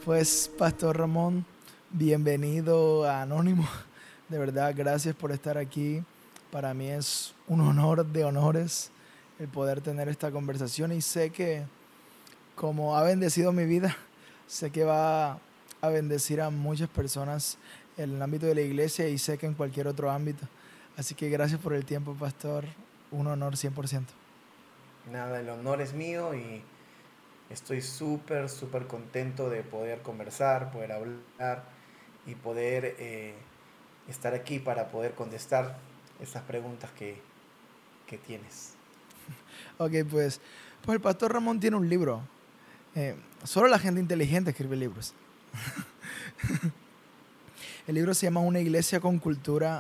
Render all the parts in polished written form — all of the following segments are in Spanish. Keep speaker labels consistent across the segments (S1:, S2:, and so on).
S1: Pues, Pastor Ramón, bienvenido a Anónimo. De verdad, gracias por estar aquí. Para mí es un honor de honores el poder tener esta conversación y sé que como ha bendecido mi vida, sé que va a bendecir a muchas personas en el ámbito de la iglesia y sé que en cualquier otro ámbito. Así que gracias por el tiempo, Pastor. Un honor 100%.
S2: Nada, el honor es mío y estoy súper contento de poder conversar, poder hablar y poder estar aquí para poder contestar esas preguntas que tienes.
S1: Ok, pues el Pastor Ramón tiene un libro. Solo la gente inteligente escribe libros. El libro se llama Una iglesia con cultura.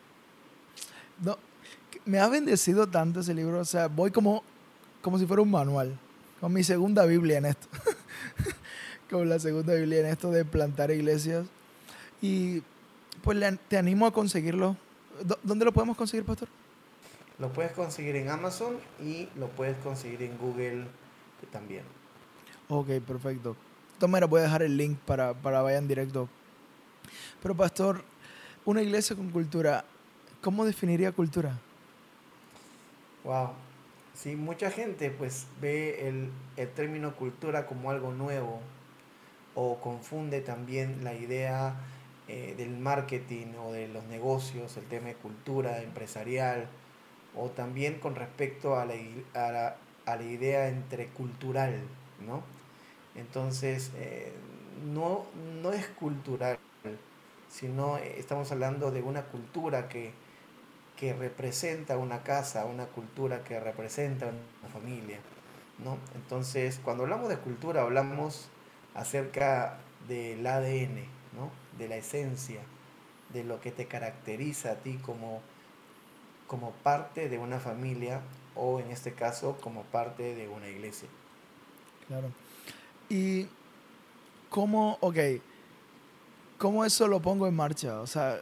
S1: No, me ha bendecido tanto ese libro. O sea, voy como si fuera un manual. Con mi segunda Biblia en esto. Con la segunda Biblia en esto de plantar iglesias. Y pues te animo a conseguirlo. ¿Dónde lo podemos conseguir, pastor?
S2: Lo puedes conseguir en Amazon y lo puedes conseguir en Google también.
S1: Ok, perfecto. De todas maneras, voy a dejar el link para vayan directo. Pero, pastor, una iglesia con cultura, ¿cómo definiría cultura?
S2: Wow. Sí, mucha gente pues ve el término cultura como algo nuevo o confunde también la idea del marketing o de los negocios, el tema de cultura empresarial, o también con respecto a la idea entre cultural, ¿no? Entonces, no, no es cultural, sino estamos hablando de una cultura que representa una casa, una cultura que representa una familia, ¿no? Entonces, cuando hablamos de cultura, hablamos acerca del ADN, ¿no? De la esencia, de lo que te caracteriza a ti como parte de una familia o en este caso como parte de una iglesia.
S1: Claro. ¿Y ok, cómo eso lo pongo en marcha? O sea,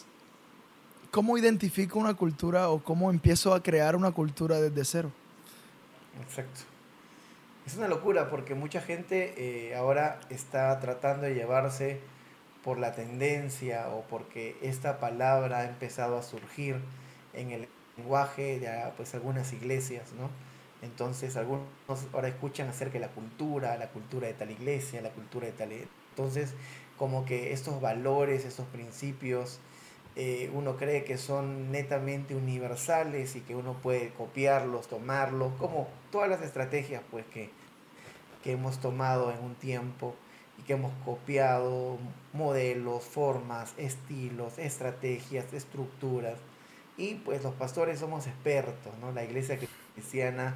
S1: ¿cómo identifico una cultura o cómo empiezo a crear una cultura desde cero?
S2: Exacto. Es una locura porque mucha gente ahora está tratando de llevarse por la tendencia o porque esta palabra ha empezado a surgir en el lenguaje de pues, algunas iglesias, ¿no? Entonces algunos ahora escuchan acerca de la cultura de tal iglesia, la cultura de tal... Entonces como que estos valores, estos principios, uno cree que son netamente universales y que uno puede copiarlos, tomarlos, como todas las estrategias pues que hemos tomado en un tiempo y que hemos copiado modelos, formas, estilos, estrategias, estructuras. Y pues los pastores somos expertos, ¿no? La iglesia cristiana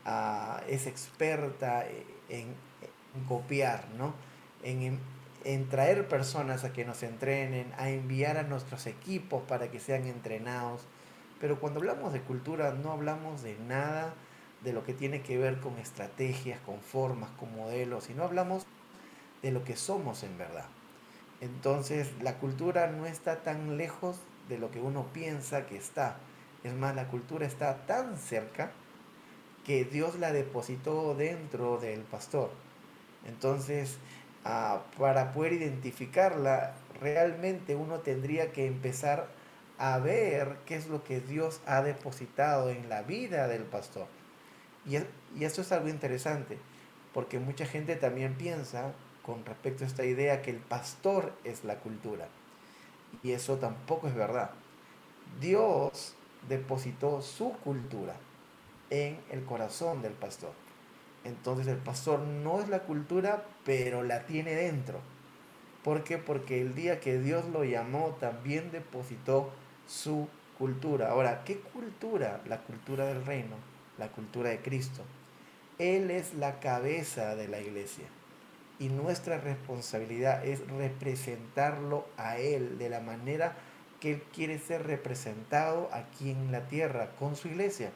S2: es experta en copiar, ¿no? En, en traer personas a que nos entrenen, a enviar a nuestros equipos para que sean entrenados. Pero cuando hablamos de cultura no hablamos de nada de lo que tiene que ver con estrategias, con formas, con modelos, sino hablamos de lo que somos en verdad. Entonces la cultura no está tan lejos de lo que uno piensa que está. Es más, la cultura está tan cerca que Dios la depositó dentro del pastor. Entonces, para poder identificarla, realmente uno tendría que empezar a ver qué es lo que Dios ha depositado en la vida del pastor. Y, y esto es algo interesante, porque mucha gente también piensa con respecto a esta idea que el pastor es la cultura. Y eso tampoco es verdad. Dios depositó su cultura en el corazón del pastor. Entonces el pastor no es la cultura, pero la tiene dentro. ¿Por qué? Porque el día que Dios lo llamó también depositó su cultura. Ahora, ¿qué cultura? La cultura del reino, la cultura de Cristo. Él es la cabeza de la iglesia y nuestra responsabilidad es representarlo a Él de la manera que Él quiere ser representado aquí en la tierra con su iglesia.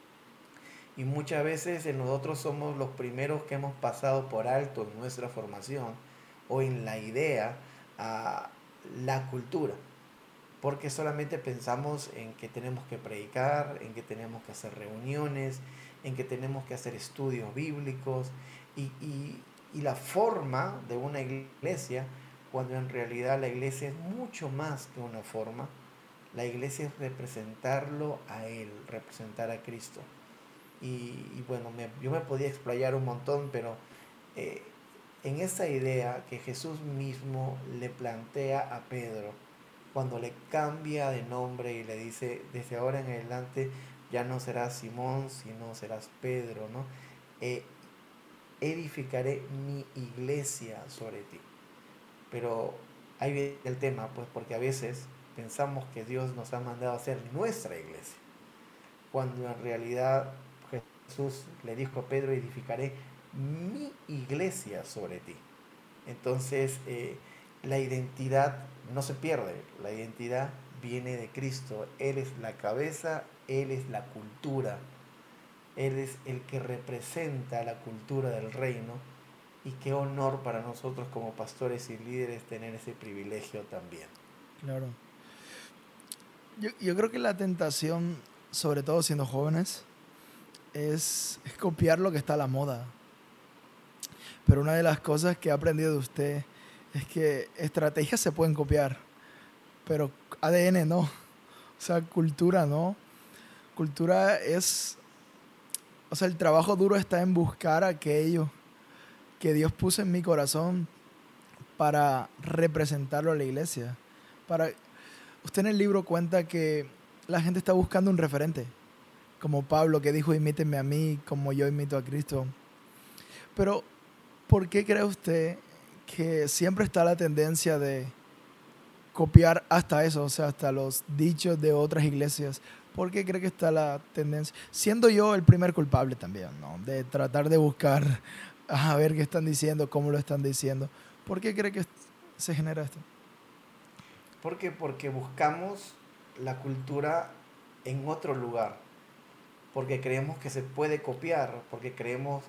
S2: Y muchas veces nosotros somos los primeros que hemos pasado por alto en nuestra formación o en la idea a la cultura, porque solamente pensamos en que tenemos que predicar, en que tenemos que hacer reuniones, en que tenemos que hacer estudios bíblicos y y la forma de una iglesia, cuando en realidad la iglesia es mucho más que una forma. La iglesia es representarlo a Él, representar a Cristo. Y bueno, yo me podía explayar un montón, pero eh, en esa idea que Jesús mismo le plantea a Pedro, cuando le cambia de nombre y le dice, desde ahora en adelante ya no serás Simón, sino serás Pedro, ¿no? Eh, Edificaré mi iglesia sobre ti. Pero ahí viene el tema, pues porque a veces pensamos que Dios nos ha mandado a ser nuestra iglesia, cuando en realidad Jesús le dijo a Pedro, edificaré mi iglesia sobre ti. Entonces, la identidad no se pierde, la identidad viene de Cristo. Él es la cabeza, Él es la cultura, Él es el que representa la cultura del reino. Y qué honor para nosotros como pastores y líderes tener ese privilegio también.
S1: Claro. Yo creo que la tentación, sobre todo siendo jóvenes, es copiar lo que está a la moda. Pero una de las cosas que he aprendido de usted es que estrategias se pueden copiar, pero ADN no. O sea, cultura no. Cultura es, o sea, el trabajo duro está en buscar aquello que Dios puso en mi corazón para representarlo a la iglesia. Para, usted en el libro cuenta que la gente está buscando un referente, como Pablo que dijo, imítenme a mí como yo imito a Cristo. Pero, ¿por qué cree usted que siempre está la tendencia de copiar hasta eso, o sea, hasta los dichos de otras iglesias? ¿Por qué cree que está la tendencia? Siendo yo el primer culpable también, ¿no? De tratar de buscar a ver qué están diciendo, cómo lo están diciendo. ¿Por qué cree que se genera esto?
S2: ¿Por qué? Porque buscamos la cultura en otro lugar, porque creemos que se puede copiar, porque creemos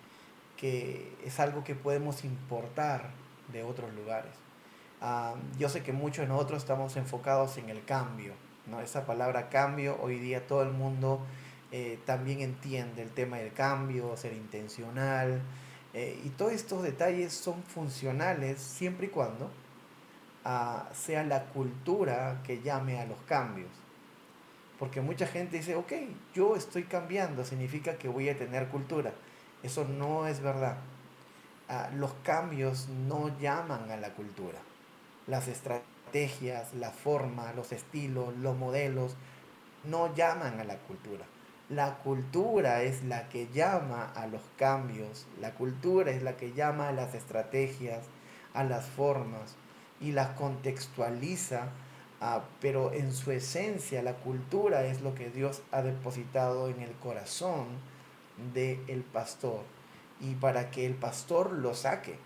S2: que es algo que podemos importar de otros lugares. Yo sé que muchos de nosotros estamos enfocados en el cambio, ¿no? Esa palabra cambio, hoy día todo el mundo también entiende el tema del cambio, ser intencional, y todos estos detalles son funcionales siempre y cuando sea la cultura que llame a los cambios. Porque mucha gente dice, ok, yo estoy cambiando, significa que voy a tener cultura. Eso no es verdad. Los cambios no llaman a la cultura. Las estrategias, la forma, los estilos, los modelos, no llaman a la cultura. La cultura es la que llama a los cambios, la cultura es la que llama a las estrategias, a las formas y las contextualiza, pero en su esencia la cultura es lo que Dios ha depositado en el corazón del pastor y para que el pastor lo saque.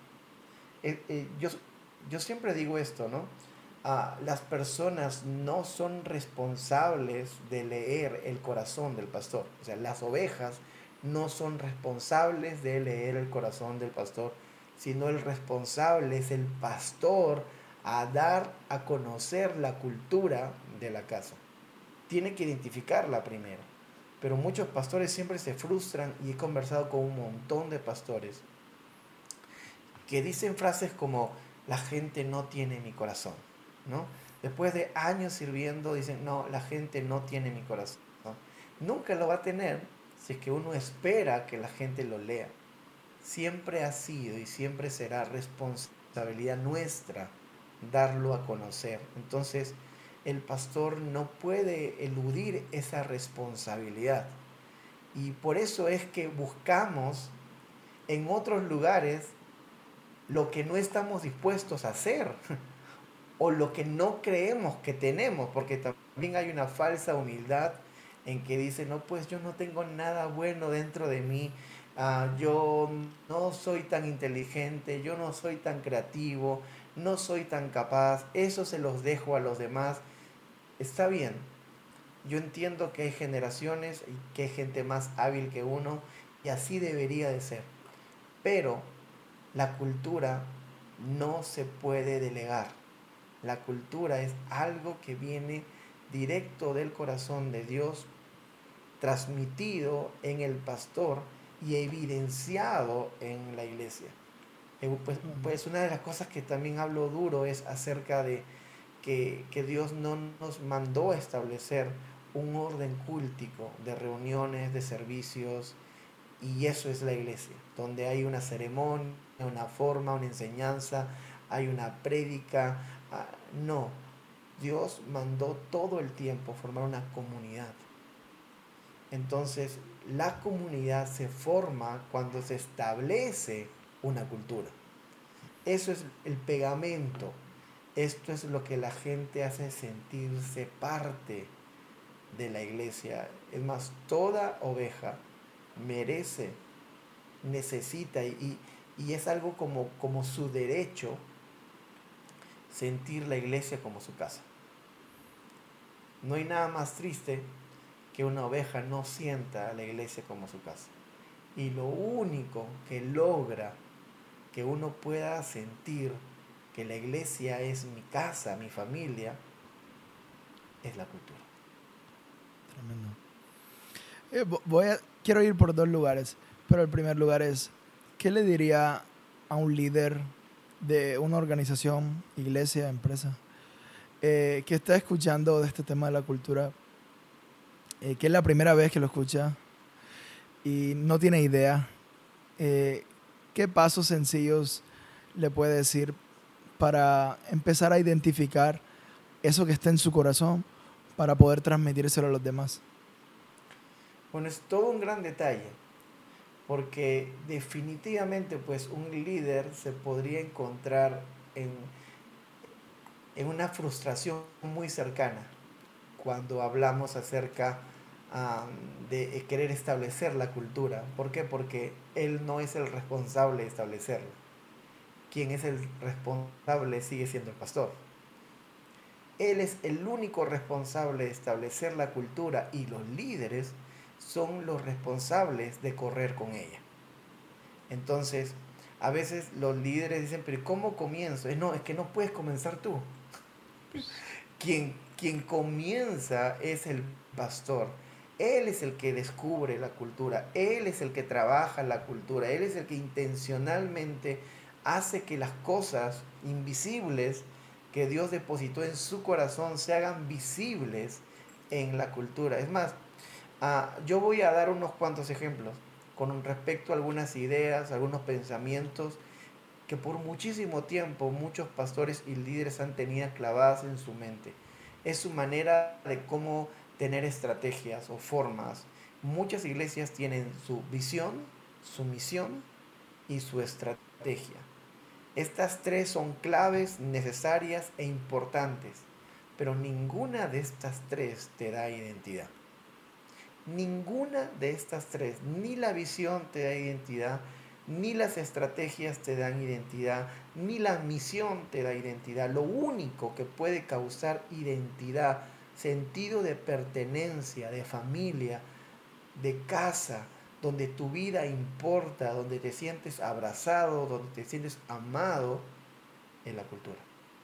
S2: Yo siempre digo esto, ¿no? Las personas no son responsables de leer el corazón del pastor. O sea, las ovejas no son responsables de leer el corazón del pastor, sino el responsable es el pastor a dar a conocer la cultura de la casa. Tiene que identificarla primero. Pero muchos pastores siempre se frustran y he conversado con un montón de pastores que dicen frases como la gente no tiene mi corazón, ¿no? Después de años sirviendo dicen, no, la gente no tiene mi corazón. Nunca lo va a tener si es que uno espera que la gente lo lea. Siempre ha sido y siempre será responsabilidad nuestra darlo a conocer. Entonces, el pastor no puede eludir esa responsabilidad. Y por eso es que buscamos en otros lugares lo que no estamos dispuestos a hacer o lo que no creemos que tenemos, porque también hay una falsa humildad en que dice, no, pues yo no tengo nada bueno dentro de mí, yo no soy tan inteligente, yo no soy tan creativo, no soy tan capaz, eso se los dejo a los demás. Está bien, yo entiendo que hay generaciones y que hay gente más hábil que uno y así debería de ser, pero la cultura no se puede delegar. La cultura es algo que viene directo del corazón de Dios, transmitido en el pastor y evidenciado en la iglesia. Pues una de las cosas que también hablo duro es acerca de que Dios no nos mandó a establecer un orden cúltico de reuniones, de servicios, y eso es la iglesia, donde hay una ceremonia, una forma, una enseñanza, hay una prédica. No, Dios mandó todo el tiempo formar una comunidad. Entonces, la comunidad se forma cuando se establece una cultura. Eso es el pegamento. Esto es lo que la gente hace sentirse parte de la iglesia. Es más, toda oveja merece, necesita y es algo como su derecho sentir la iglesia como su casa. No hay nada más triste que una oveja no sienta a la iglesia como su casa. Y lo único que logra que uno pueda sentir que la iglesia es mi casa, mi familia, es la cultura.
S1: Tremendo. Quiero ir por dos lugares, pero el primer lugar es, ¿qué le diría a un líder de una organización, iglesia, empresa, que está escuchando de este tema de la cultura, que es la primera vez que lo escucha y no tiene idea? ¿Qué pasos sencillos le puede decir para empezar a identificar eso que está en su corazón para poder transmitírselo a los demás?
S2: Bueno, es todo un gran detalle, porque definitivamente pues un líder se podría encontrar en, en una frustración muy cercana cuando hablamos acerca de querer establecer la cultura. ¿Por qué? Porque él no es el responsable de establecerla. Quien es el responsable sigue siendo el pastor. Él es el único responsable de establecer la cultura y los líderes son los responsables de correr con ella. Entonces, a veces los líderes dicen, pero ¿cómo comienzo? No, es que no puedes comenzar tú. Quien comienza es el pastor. Él es el que descubre la cultura, él es el que trabaja la cultura, él es el que intencionalmente hace que las cosas invisibles que Dios depositó en su corazón se hagan visibles en la cultura. Es más, yo voy a dar unos cuantos ejemplos con respecto a algunas ideas, algunos pensamientos que por muchísimo tiempo muchos pastores y líderes han tenido clavadas en su mente. Es su manera de cómo tener estrategias o formas. Muchas iglesias tienen su visión, su misión y su estrategia. Estas tres son claves, necesarias e importantes, pero ninguna de estas tres te da identidad. Ninguna de estas tres, ni la visión te da identidad, ni las estrategias te dan identidad, ni la misión te da identidad. Lo único que puede causar identidad, sentido de pertenencia, de familia, de casa, donde tu vida importa, donde te sientes abrazado, donde te sientes amado, es la cultura.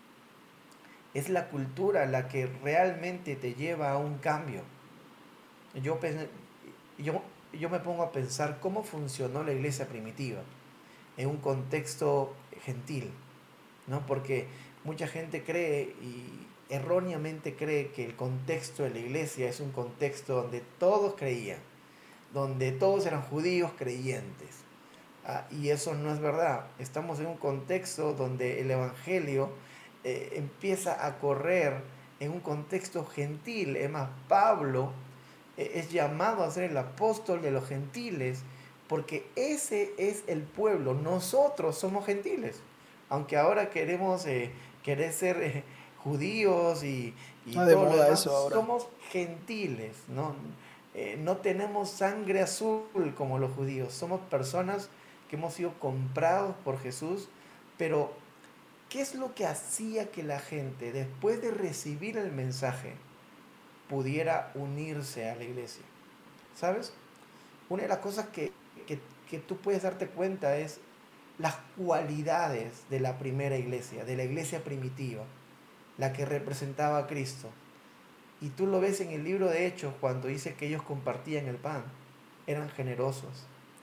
S2: Es la cultura la que realmente te lleva a un cambio. Yo, yo, yo me pongo a pensar cómo funcionó la iglesia primitiva en un contexto gentil, ¿no? Porque mucha gente cree y erróneamente cree que el contexto de la iglesia es un contexto donde todos creían, donde todos eran judíos creyentes. Y eso no es verdad. Estamos en un contexto donde el evangelio empieza a correr en un contexto gentil. Es más, Pablo es llamado a ser el apóstol de los gentiles, porque ese es el pueblo. Nosotros somos gentiles, aunque ahora queremos querer ser judíos y
S1: De
S2: todo lo
S1: moda
S2: demás,
S1: eso ahora.
S2: somos gentiles, ¿no? No tenemos sangre azul como los judíos, somos personas que hemos sido comprados por Jesús, pero ¿qué es lo que hacía que la gente, después de recibir el mensaje, pudiera unirse a la iglesia? ¿Sabes? Una de las cosas que tú puedes darte cuenta es las cualidades de la primera iglesia, de la iglesia primitiva, la que representaba a Cristo. Y tú lo ves en el libro de Hechos cuando dice que ellos compartían el pan, eran generosos,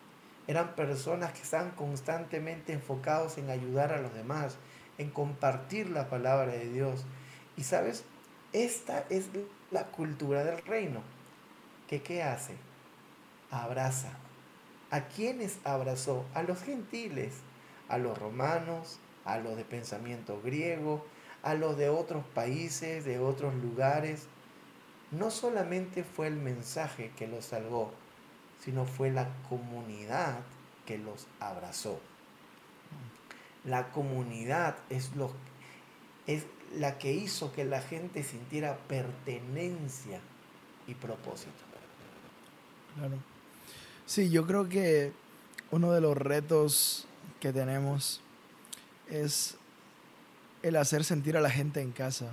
S2: Eran personas que estaban constantemente enfocados en ayudar a los demás, en compartir la palabra de Dios. Y sabes, esta es la cultura del reino. Que ¿qué hace? Abraza. ¿A quiénes abrazó? A los gentiles, a los romanos, a los de pensamiento griego, a los de otros países, de otros lugares. No solamente fue el mensaje que los salvó, sino fue la comunidad que los abrazó. La comunidad es la que hizo que la gente sintiera pertenencia y propósito.
S1: Claro. Sí, yo creo que uno de los retos que tenemos es el hacer sentir a la gente en casa.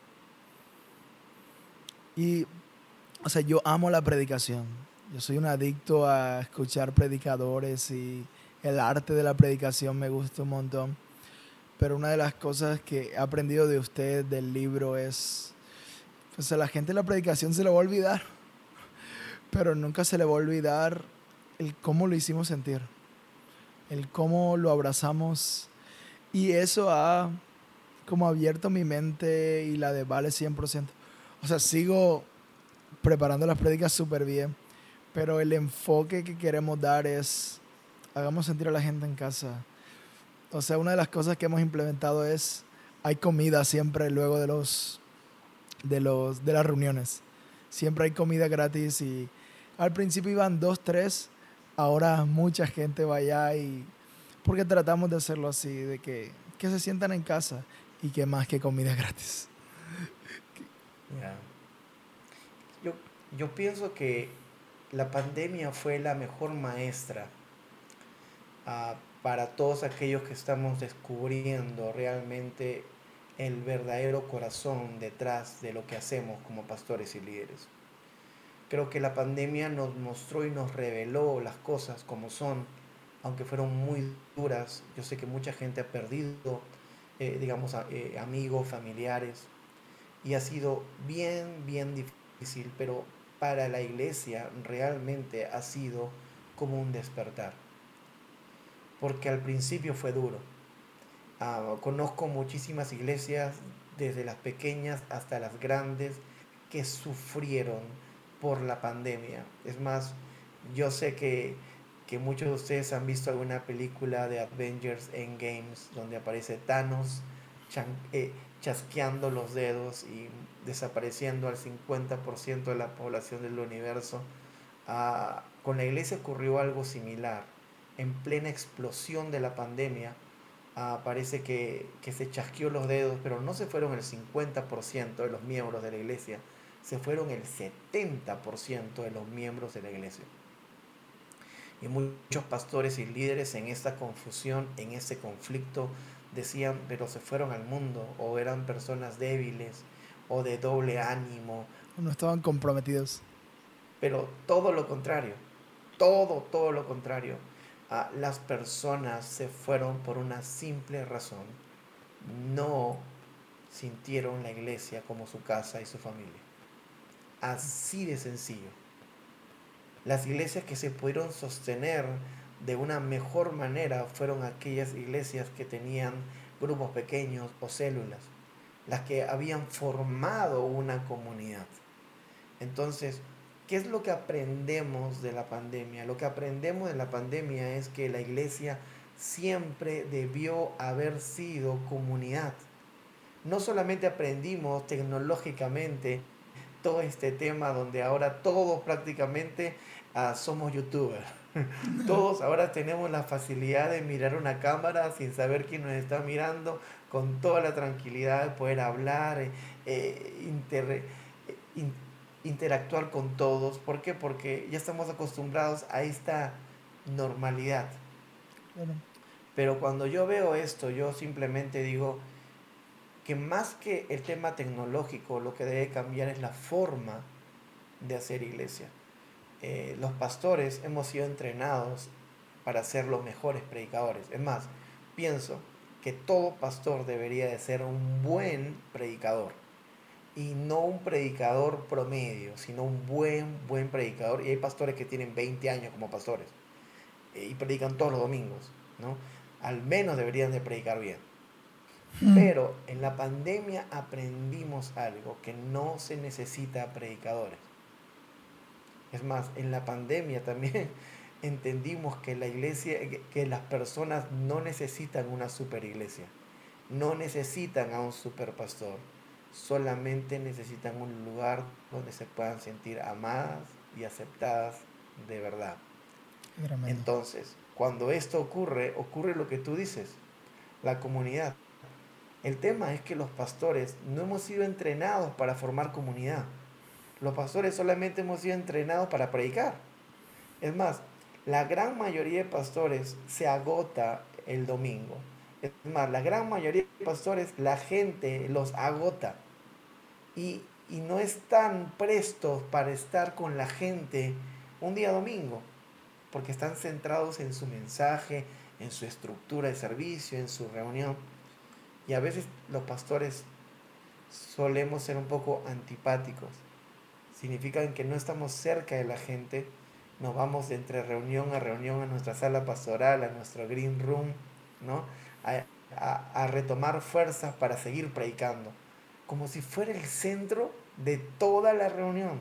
S1: Y, o sea, yo amo la predicación. Yo soy un adicto a escuchar predicadores y el arte de la predicación me gusta un montón. Pero una de las cosas que he aprendido de usted, del libro, es, pues a la gente la predicación se le va a olvidar, pero nunca se le va a olvidar el cómo lo hicimos sentir, el cómo lo abrazamos. Y eso ha como abierto mi mente y la de Vale 100%. O sea, sigo preparando las prédicas súper bien, pero el enfoque que queremos dar es, hagamos sentir a la gente en casa. O sea, una de las cosas que hemos implementado es, hay comida siempre luego de las reuniones. Siempre hay comida gratis y al principio iban dos, tres, ahora mucha gente va allá y porque tratamos de hacerlo así, de que se sientan en casa y que más que comida gratis.
S2: Ya. Yo, yo pienso que la pandemia fue la mejor maestra para todos aquellos que estamos descubriendo realmente el verdadero corazón detrás de lo que hacemos como pastores y líderes. Creo que la pandemia nos mostró y nos reveló las cosas como son, aunque fueron muy duras. Yo sé que mucha gente ha perdido, digamos, amigos, familiares, y ha sido bien, bien difícil, pero para la iglesia realmente ha sido como un despertar, porque al principio fue duro. Conozco muchísimas iglesias, desde las pequeñas hasta las grandes, que sufrieron por la pandemia. Es más, yo sé que muchos de ustedes han visto alguna película de Avengers Endgames donde aparece Thanos chan, eh, chasqueando los dedos y desapareciendo al 50% de la población del universo. Con la iglesia ocurrió algo similar. En plena explosión de la pandemia, parece que se chasqueó los dedos, pero no se fueron el 50% de los miembros de la iglesia, se fueron el 70% de los miembros de la iglesia. Y muchos pastores y líderes en esta confusión, en este conflicto, decían, pero se fueron al mundo, o eran personas débiles, o de doble ánimo,
S1: No estaban comprometidos.
S2: pero todo lo contrario. Las personas se fueron por una simple razón: no sintieron la iglesia como su casa y su familia. Así de sencillo. Las iglesias que se pudieron sostener de una mejor manera fueron aquellas iglesias que tenían grupos pequeños o células, las que habían formado una comunidad. Entonces, ¿qué es lo que aprendemos de la pandemia? Lo que aprendemos de la pandemia es que la iglesia siempre debió haber sido comunidad. No solamente aprendimos tecnológicamente todo este tema donde ahora todos prácticamente somos youtubers. Todos ahora tenemos la facilidad de mirar una cámara sin saber quién nos está mirando, con toda la tranquilidad de poder hablar, inter, in, interactuar con todos. ¿Por qué? Porque ya estamos acostumbrados a esta normalidad.
S1: Claro.
S2: Pero cuando yo veo esto, yo simplemente digo que más que el tema tecnológico, lo que debe cambiar es la forma de hacer iglesia. Los pastores hemos sido entrenados para ser los mejores predicadores. Es más, pienso que todo pastor debería de ser un buen predicador. Y no un predicador promedio, sino un buen predicador. Y hay pastores que tienen 20 años como pastores. y predican todos los domingos, ¿no? Al menos deberían de predicar bien. Pero en la pandemia aprendimos algo, que no se necesita predicadores. Es más, en la pandemia también entendimos que la iglesia, que las personas no necesitan una super iglesia, no necesitan a un super pastor, solamente necesitan un lugar donde se puedan sentir amadas y aceptadas de verdad.
S1: Tremendo.
S2: Entonces, cuando esto ocurre, ocurre lo que tú dices, la comunidad. El tema es que los pastores no hemos sido entrenados para formar comunidad. Los pastores solamente hemos sido entrenados para predicar. Es más, la gran mayoría de pastores se agota el domingo. Es más, la gran mayoría de pastores, la gente los agota y no están prestos para estar con la gente un día domingo, porque están centrados en su mensaje, en su estructura de servicio, en su reunión. Y a veces los pastores solemos ser un poco antipáticos. Significan que no estamos cerca de la gente, nos vamos de entre reunión a nuestra sala pastoral, a nuestro green room, ¿no? A retomar fuerzas para seguir predicando, como si fuera el centro de toda la reunión.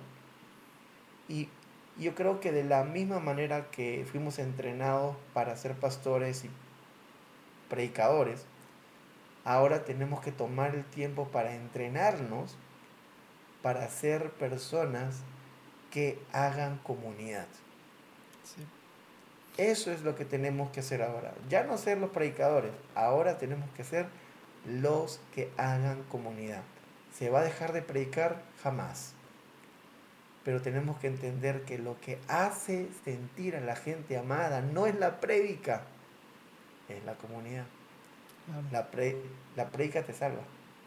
S2: Y yo creo que de la misma manera que fuimos entrenados para ser pastores y predicadores, ahora tenemos que tomar el tiempo para entrenarnos para ser personas que hagan comunidad.
S1: Sí.
S2: Eso es lo que tenemos que hacer ahora. Ya no ser los predicadores, ahora tenemos que ser los que hagan comunidad. ¿Se va a dejar de predicar? Jamás. Pero tenemos que entender que lo que hace sentir a la gente amada no es la prédica, es la comunidad.
S1: Claro.
S2: La prédica te salva.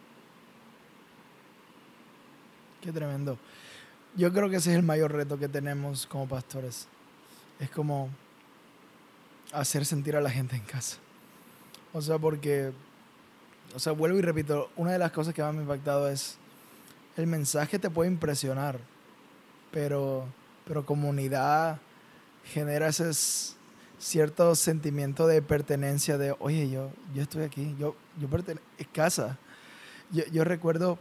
S1: Qué tremendo. Yo creo que ese es el mayor reto que tenemos como pastores. Es como hacer sentir a la gente en casa. O sea, porque, o sea, vuelvo y repito, una de las cosas que más me ha impactado es el mensaje te puede impresionar, pero, pero comunidad genera ese cierto sentimiento de pertenencia de, oye, yo estoy aquí, es casa. Yo recuerdo,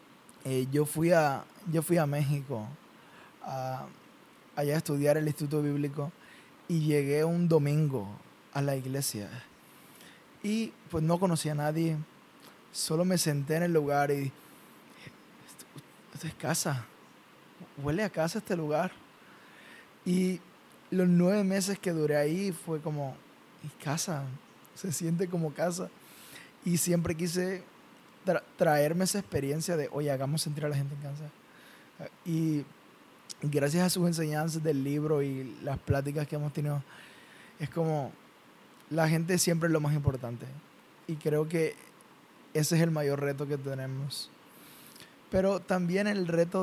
S1: yo fui a México a, allá a estudiar el Instituto Bíblico y llegué un domingo a la iglesia y pues no conocía a nadie, solo me senté en el lugar y esto es casa, huele a casa este lugar. Y los 9 meses que duré ahí fue como, es casa, se siente como casa. Y siempre quise traerme esa experiencia de, oye, hagamos sentir a la gente en casa. Y gracias a sus enseñanzas del libro y las pláticas que hemos tenido, es como, la gente siempre es lo más importante. Y creo que ese es el mayor reto que tenemos. Pero también el reto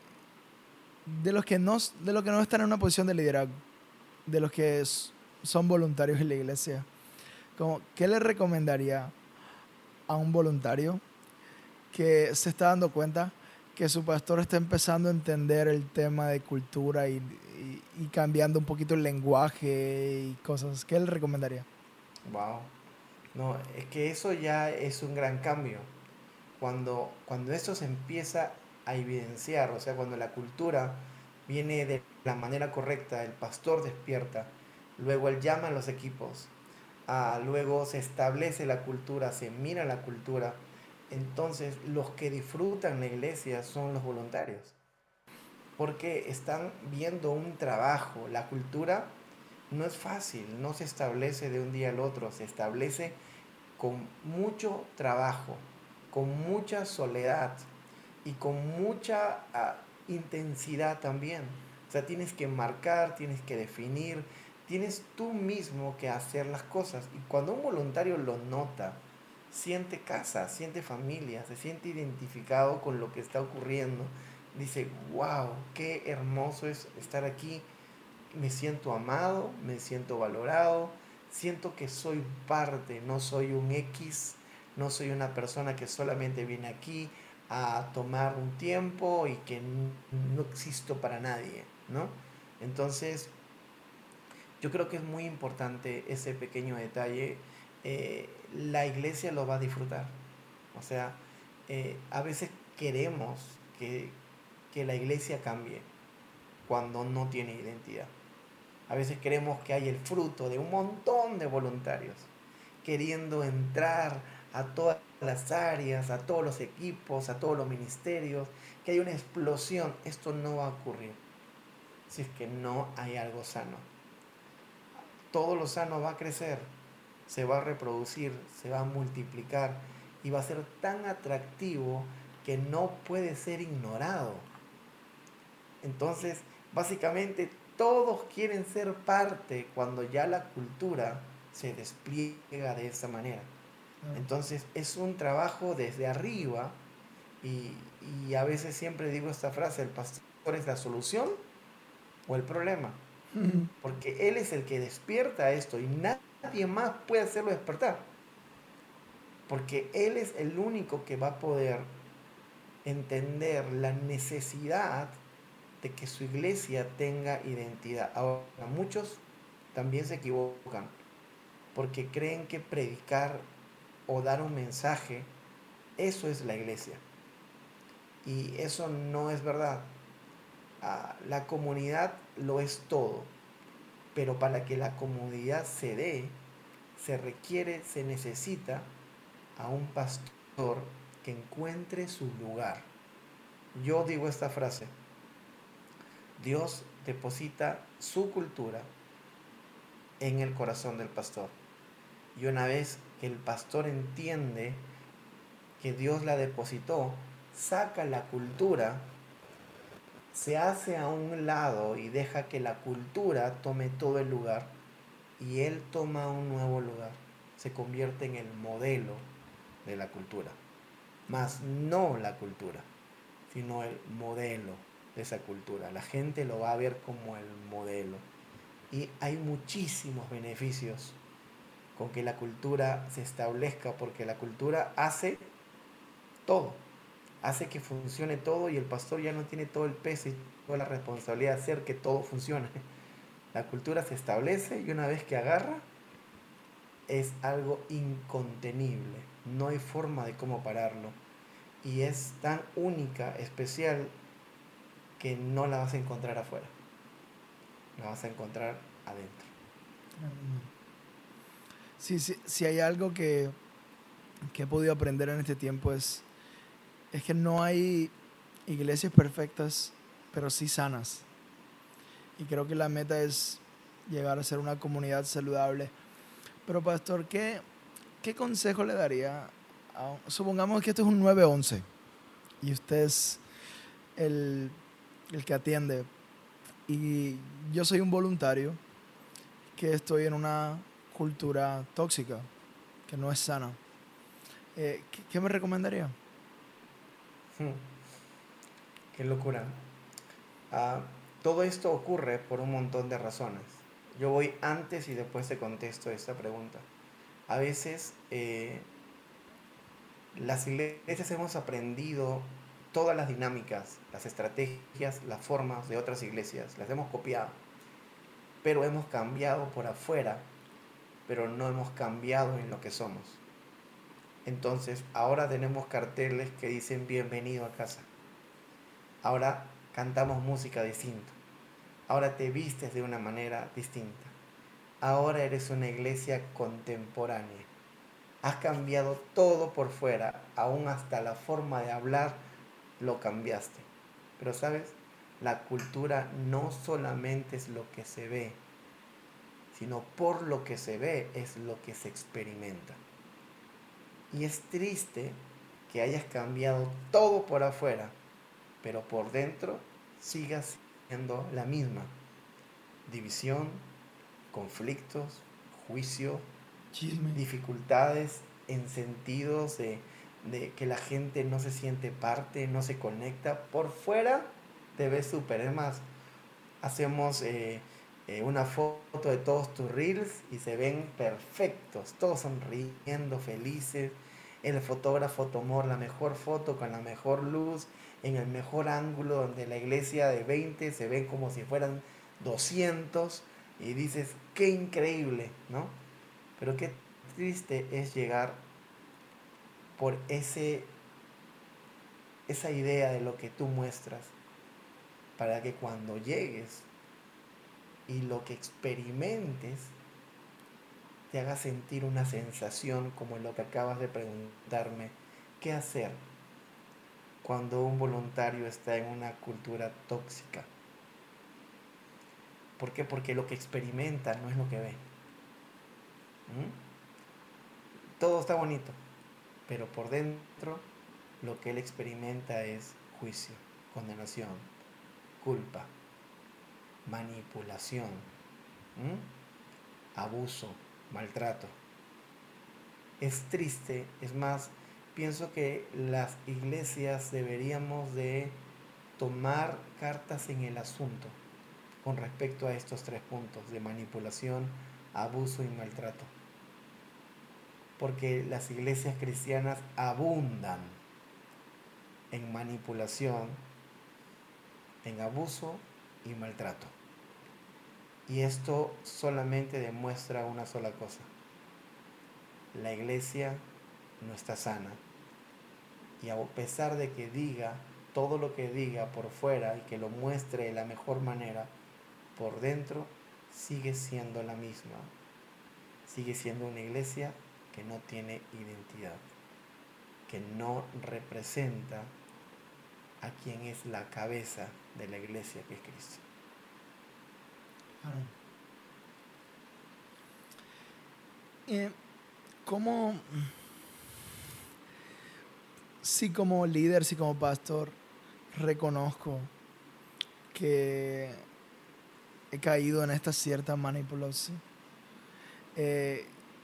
S1: de los que no están en una posición de liderazgo, de los que son voluntarios en la iglesia. Como, ¿qué le recomendaría a un voluntario que se está dando cuenta que su pastor está empezando a entender el tema de cultura y cambiando un poquito el lenguaje y cosas? ¿Qué le recomendaría?
S2: Wow. No, es que eso ya es un gran cambio. Cuando eso se empieza a evidenciar, o sea, cuando la cultura viene de la manera correcta, el pastor despierta, luego él llama a los equipos, luego se establece la cultura, se mira la cultura, entonces los que disfrutan la iglesia son los voluntarios, porque están viendo un trabajo. La cultura no es fácil, no se establece de un día al otro, se establece con mucho trabajo, con mucha soledad y con mucha intensidad también. O sea, tienes que marcar, tienes que definir, tienes tú mismo que hacer las cosas. Y cuando un voluntario lo nota, siente casa, siente familia, se siente identificado con lo que está ocurriendo. Dice, wow, qué hermoso es estar aquí, me siento amado, me siento valorado, siento que soy parte, no soy un X, no soy una persona que solamente viene aquí a tomar un tiempo y que no existo para nadie, ¿no? Entonces, Yo creo que es muy importante ese pequeño detalle. La iglesia lo va a disfrutar. O sea, a veces queremos que, que la iglesia cambie cuando no tiene identidad. A veces queremos que haya el fruto de un montón de voluntarios queriendo entrar a todas las áreas, a todos los equipos, a todos los ministerios, que haya una explosión. Esto no va a ocurrir si es que no hay algo sano. Todo lo sano va a crecer, se va a reproducir, se va a multiplicar y va a ser tan atractivo que no puede ser ignorado. Entonces, básicamente todos quieren ser parte cuando ya la cultura se despliega de esa manera.
S1: Claro.
S2: Entonces, es un trabajo desde arriba y, y a veces siempre digo esta frase, el pastor es la solución o el problema, porque él es el que despierta esto y nadie más puede hacerlo despertar, porque él es el único que va a poder entender la necesidad de que su iglesia tenga identidad. Ahora, muchos también se equivocan porque creen que predicar o dar un mensaje, eso es la iglesia. Y eso no es verdad. La comunidad lo es todo, pero para que la comunidad se dé, se requiere, se necesita a un pastor que encuentre su lugar. Yo digo esta frase: Dios deposita su cultura en el corazón del pastor. Y una vez que el pastor entiende que Dios la depositó, saca la cultura, se hace a un lado y deja que la cultura tome todo el lugar y él toma un nuevo lugar. Se convierte en el modelo de la cultura. Más no la cultura, sino el modelo de esa cultura. La gente lo va a ver como el modelo. Y hay muchísimos beneficios con que la cultura se establezca, porque la cultura hace todo, hace que funcione todo y el pastor ya no tiene todo el peso y toda la responsabilidad de hacer que todo funcione. La cultura se establece y una vez que agarra, es algo incontenible, no hay forma de cómo pararlo. Y es tan única, especial, que no la vas a encontrar afuera, la vas a encontrar adentro.
S1: Sí, sí, si hay algo que he podido aprender en este tiempo es que no hay iglesias perfectas, pero sí sanas. Y creo que la meta es llegar a ser una comunidad saludable. Pero pastor, ¿qué consejo le daría? Supongamos que esto es un 911 y usted es el, el que atiende y yo soy un voluntario que estoy en una cultura tóxica, que no es sana. ¿Qué me recomendaría?
S2: Hmm, qué locura. Ah, todo esto ocurre por un montón de razones. Yo voy antes y después te contesto esta pregunta. A veces las iglesias hemos aprendido todas las dinámicas, las estrategias, las formas de otras iglesias, las hemos copiado, pero hemos cambiado por afuera, pero no hemos cambiado en lo que somos. Entonces, ahora tenemos carteles que dicen bienvenido a casa. Ahora cantamos música distinta. Ahora te vistes de una manera distinta. Ahora eres una iglesia contemporánea. Has cambiado todo por fuera, aún hasta la forma de hablar lo cambiaste. Pero sabes, la cultura no solamente es lo que se ve, sino por lo que se ve es lo que se experimenta. Y es triste que hayas cambiado todo por afuera, pero por dentro sigas siendo la misma. División, conflictos, juicio,
S1: Chisme.
S2: dificultades en sentidos de que la gente no se siente parte, no se conecta. Por fuera te ves súper. Es más, hacemos una foto de todos tus reels y se ven perfectos, todos sonriendo, felices. El fotógrafo tomó la mejor foto con la mejor luz, en el mejor ángulo, donde la iglesia de 20 se ven como si fueran 200 y dices, qué increíble, ¿no? Pero qué triste es llegar por esa idea de lo que tú muestras, para que cuando llegues y lo que experimentes te haga sentir una sensación como lo que acabas de preguntarme, ¿qué hacer cuando un voluntario está en una cultura tóxica? ¿Por qué? Porque lo que experimenta no es lo que ve. ¿Mm? Todo está bonito, pero por dentro lo que él experimenta es juicio, condenación, culpa, manipulación, abuso, maltrato. Es triste, es más, pienso que las iglesias deberíamos de tomar cartas en el asunto con respecto a estos tres puntos de manipulación, abuso y maltrato. Porque las iglesias cristianas abundan en manipulación, en abuso y maltrato. Y esto solamente demuestra una sola cosa: la iglesia no está sana. Y a pesar de que diga todo lo que diga por fuera y que lo muestre de la mejor manera, por dentro sigue siendo la misma. Sigue siendo una iglesia que no tiene identidad, que no representa a quien es la cabeza de la iglesia, que es Cristo.
S1: Claro. ¿Cómo, si como líder, si como pastor, reconozco que he caído en esta cierta manipulación, eh,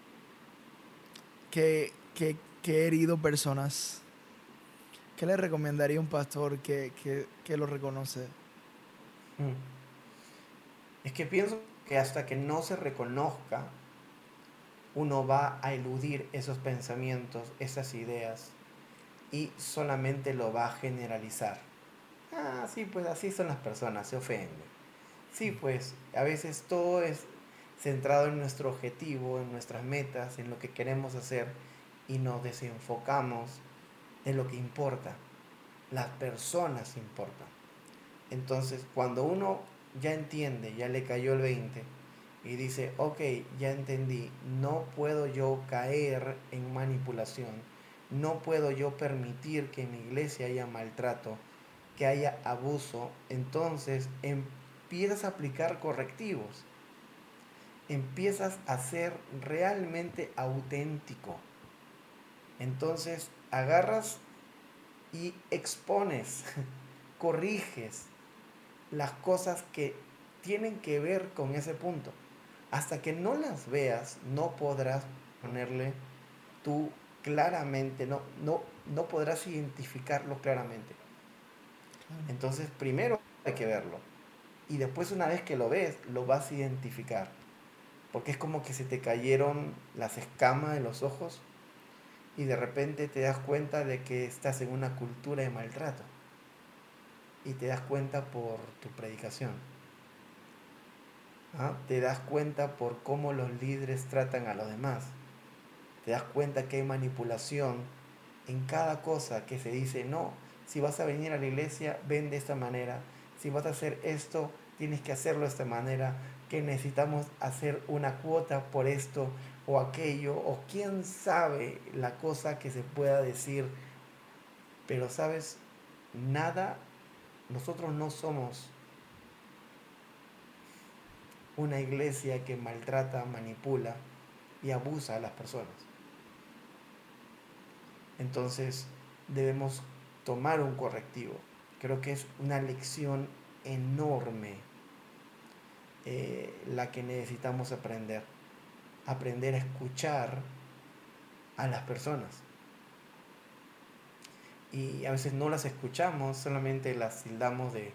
S1: que he herido personas? ¿Qué le recomendaría a un pastor que lo reconoce?
S2: Mm. Es que pienso que hasta que no se reconozca, uno va a eludir esos pensamientos, esas ideas, y solamente lo va a generalizar. Ah, sí, pues así son las personas, se ofenden. Sí, pues a veces todo es centrado en nuestro objetivo, en nuestras metas, en lo que queremos hacer, y nos desenfocamos de lo que importa. Las personas importan. Entonces, cuando uno ya entiende, ya le cayó el 20 y dice, ok, ya entendí, no puedo yo caer en manipulación, no puedo yo permitir que en mi iglesia haya maltrato, que haya abuso, entonces empiezas a aplicar correctivos, empiezas a ser realmente auténtico. Entonces agarras y expones, corriges las cosas que tienen que ver con ese punto. Hasta que no las veas, no podrás ponerle tú claramente, no podrás identificarlo claramente.
S1: Claro.
S2: Entonces, primero hay que verlo. Y después, una vez que lo ves, lo vas a identificar. Porque es como que se te cayeron las escamas de los ojos y de repente te das cuenta de que estás en una cultura de maltrato. Y te das cuenta por tu predicación. ¿Ah? Te das cuenta por cómo los líderes tratan a los demás. Te das cuenta que hay manipulación en cada cosa que se dice. No, si vas a venir a la iglesia, ven de esta manera. Si vas a hacer esto, tienes que hacerlo de esta manera. Que necesitamos hacer una cuota por esto o aquello, o quién sabe la cosa que se pueda decir. Pero sabes, nada, nosotros no somos una iglesia que maltrata, manipula y abusa a las personas. Entonces debemos tomar un correctivo. Creo que es una lección enorme la que necesitamos aprender. Aprender a escuchar a las personas. Y a veces no las escuchamos, solamente las tildamos de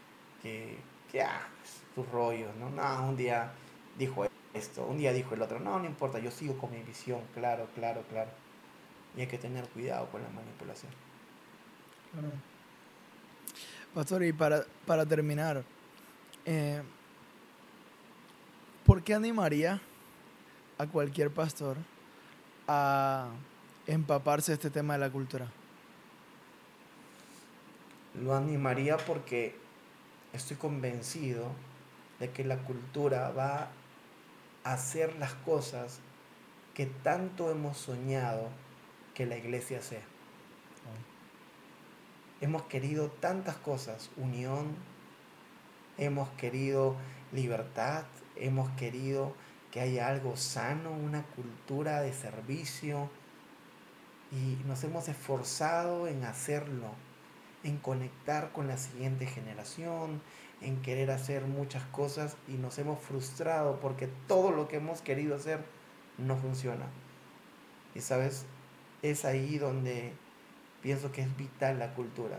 S2: pues, tus rollos, ¿no? No, un día dijo esto, un día dijo el otro. No, no importa, yo sigo con mi visión, claro, claro, claro. Y hay que tener cuidado con la manipulación.
S1: Claro. Pastor, y para terminar, eh, ¿por qué animaría a cualquier pastor a empaparse de este tema de la cultura?
S2: Lo animaría porque estoy convencido de que la cultura va a hacer las cosas que tanto hemos soñado que la iglesia sea. Hemos querido tantas cosas, unión, hemos querido libertad, hemos querido que haya algo sano, una cultura de servicio, y nos hemos esforzado en hacerlo, en conectar con la siguiente generación, en querer hacer muchas cosas, y nos hemos frustrado porque todo lo que hemos querido hacer no funciona. Y sabes, es ahí donde pienso que es vital la cultura.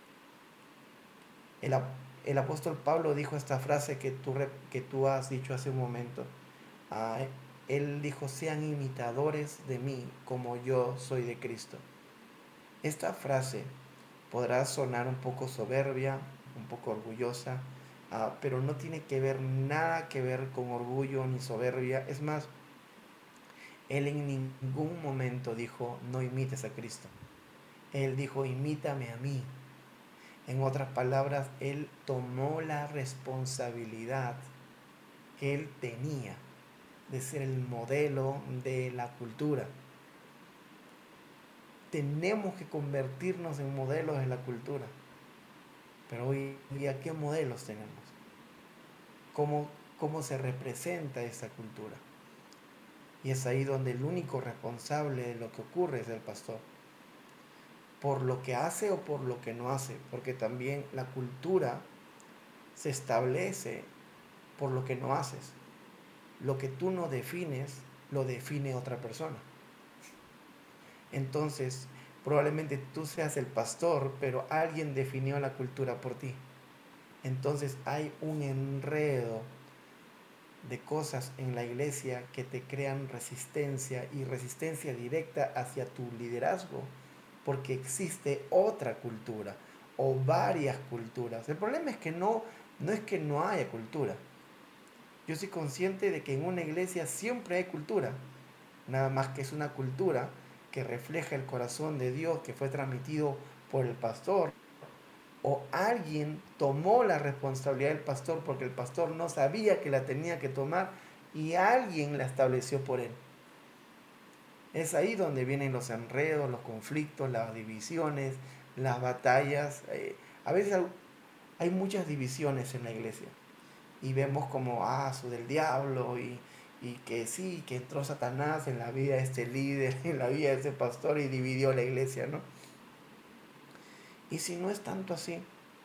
S2: El, el apóstol Pablo dijo esta frase que tú has dicho hace un momento. Ah, él dijo: sean imitadores de mí como yo soy de Cristo. Esta frase podrá sonar un poco soberbia, un poco orgullosa, pero no tiene que ver nada que ver con orgullo ni soberbia. Es más, él en ningún momento dijo: no imites a Cristo. Él dijo: imítame a mí. En otras palabras, él tomó la responsabilidad que él tenía de ser el modelo de la cultura. Tenemos que convertirnos en modelos de la cultura. Pero hoy día, ¿qué modelos tenemos? ¿Cómo se representa esa cultura? Y es ahí donde el único responsable de lo que ocurre es el pastor. Por lo que hace o por lo que no hace. Porque también la cultura se establece por lo que no haces. Lo que tú no defines, lo define otra persona. Entonces, probablemente tú seas el pastor, pero alguien definió la cultura por ti. Entonces hay un enredo de cosas en la iglesia que te crean resistencia, y resistencia directa hacia tu liderazgo, porque existe otra cultura o varias culturas. El problema es que no es que no haya cultura. Yo soy consciente de que en una iglesia siempre hay cultura, nada más que es una cultura que refleja el corazón de Dios, que fue transmitido por el pastor, o alguien tomó la responsabilidad del pastor porque el pastor no sabía que la tenía que tomar y alguien la estableció por él. Es ahí donde vienen los enredos, los conflictos, las divisiones, las batallas. A veces hay muchas divisiones en la iglesia y vemos como su del diablo, y que sí, que entró Satanás en la vida de este líder, en la vida de este pastor, y dividió la iglesia, ¿no? Y si no es tanto así,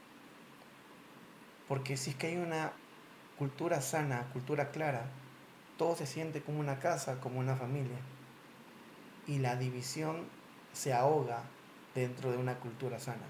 S2: porque si es que hay una cultura sana, cultura clara, todo se siente como una casa, como una familia, y la división se ahoga dentro de una cultura sana.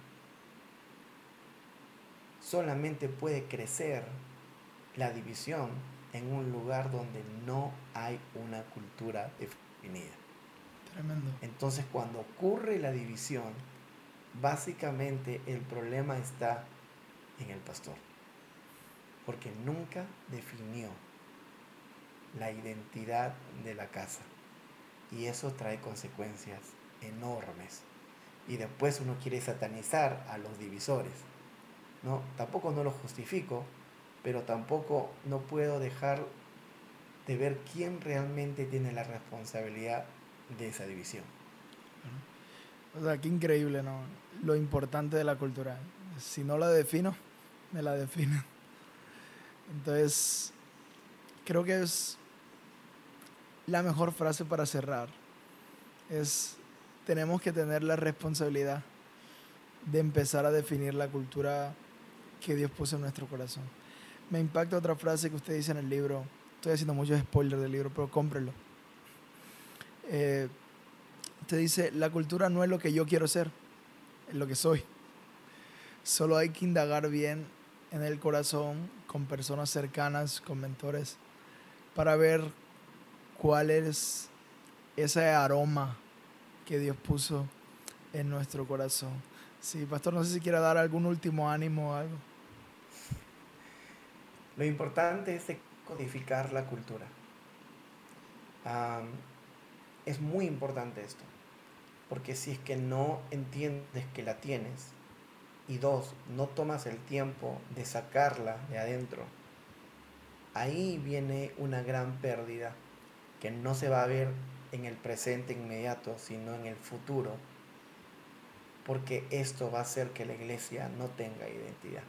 S2: Solamente puede crecer la división en un lugar donde no hay una cultura definida.
S1: Tremendo.
S2: Entonces, cuando ocurre la división, básicamente el problema está en el pastor, porque nunca definió la identidad de la casa, y eso trae consecuencias enormes. Y después uno quiere satanizar a los divisores, ¿no? Tampoco no lo justifico, pero tampoco no puedo dejar de ver quién realmente tiene la responsabilidad de esa división.
S1: O sea, qué increíble, ¿no? Lo importante de la cultura. Si no la defino, me la definen. Entonces, creo que es la mejor frase para cerrar. Tenemos que tener la responsabilidad de empezar a definir la cultura que Dios puso en nuestro corazón. Me impacta otra frase que usted dice en el libro. Estoy haciendo muchos spoilers del libro, pero cómprenlo. Usted dice: la cultura no es lo que yo quiero ser, es lo que soy. Solo hay que indagar bien en el corazón, con personas cercanas, con mentores, para ver cuál es ese aroma que Dios puso en nuestro corazón. Sí, pastor, no sé si quiera dar algún último ánimo o algo.
S2: Lo importante es codificar la cultura. Am, es muy importante esto, porque si es que no entiendes que la tienes, y dos, no tomas el tiempo de sacarla de adentro, ahí viene una gran pérdida que no se va a ver en el presente inmediato, sino en el futuro, porque esto va a hacer que la iglesia no tenga identidad.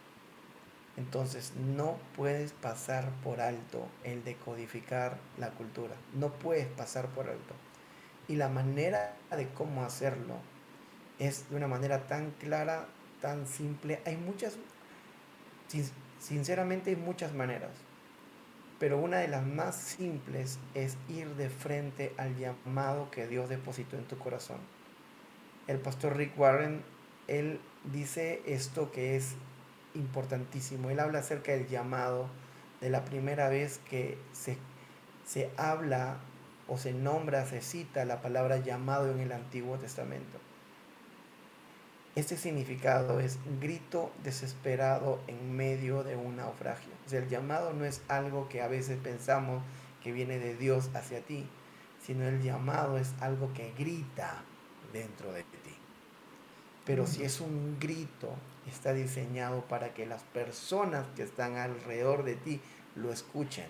S2: Entonces no puedes pasar por alto el decodificar la cultura, no puedes pasar por alto. Y la manera de cómo hacerlo es de una manera tan clara, tan simple. Hay muchas, sinceramente hay muchas maneras, pero una de las más simples es ir de frente al llamado que Dios depositó en tu corazón. El pastor Rick Warren, él dice esto que es importantísimo. Él habla acerca del llamado, de la primera vez que se habla o se nombra, se cita la palabra llamado en el Antiguo Testamento. Este significado es grito desesperado en medio de un naufragio. O sea, el llamado no es algo que a veces pensamos que viene de Dios hacia ti, sino el llamado es algo que grita dentro de ti. Pero si es un grito, está diseñado para que las personas que están alrededor de ti lo escuchen.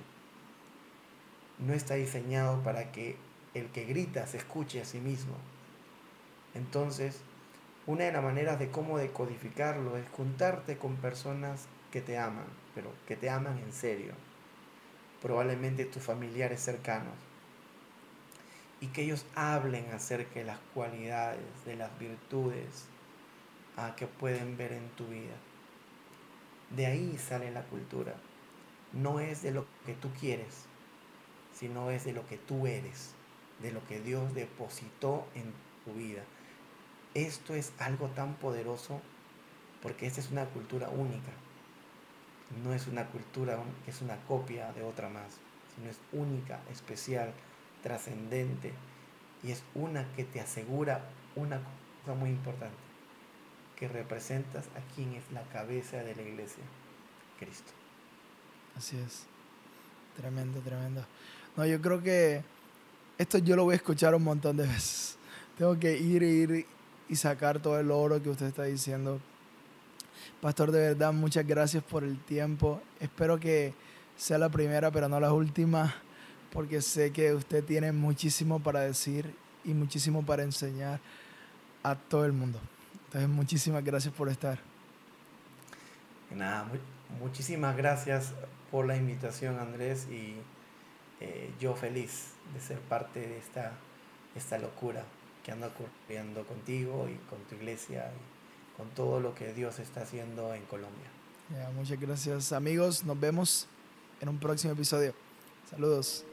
S2: No está diseñado para que el que grita se escuche a sí mismo. Entonces, una de las maneras de cómo decodificarlo es juntarte con personas que te aman, pero que te aman en serio. Probablemente tus familiares cercanos. Y que ellos hablen acerca de las cualidades, de las virtudes que pueden ver en tu vida. De ahí sale la cultura. No es de lo que tú quieres, sino es de lo que tú eres, de lo que Dios depositó en tu vida. Esto es algo tan poderoso porque esta es una cultura única. No es una cultura que es una copia de otra más, sino es única, especial, trascendente, y es una que te asegura una cosa muy importante, que representas a quien es la cabeza de la iglesia, Cristo.
S1: Así es. Tremendo, tremendo. No, yo creo que esto yo lo voy a escuchar un montón de veces. Tengo que ir y sacar todo el oro que usted está diciendo. Pastor, de verdad, muchas gracias por el tiempo. Espero que sea la primera, pero no la última, porque sé que usted tiene muchísimo para decir y muchísimo para enseñar a todo el mundo. Entonces, muchísimas gracias por estar.
S2: Nada, muchísimas gracias por la invitación, Andrés, y yo feliz de ser parte de esta locura que anda ocurriendo contigo y con tu iglesia y con todo lo que Dios está haciendo en Colombia.
S1: Muchas gracias, amigos. Nos vemos en un próximo episodio. Saludos.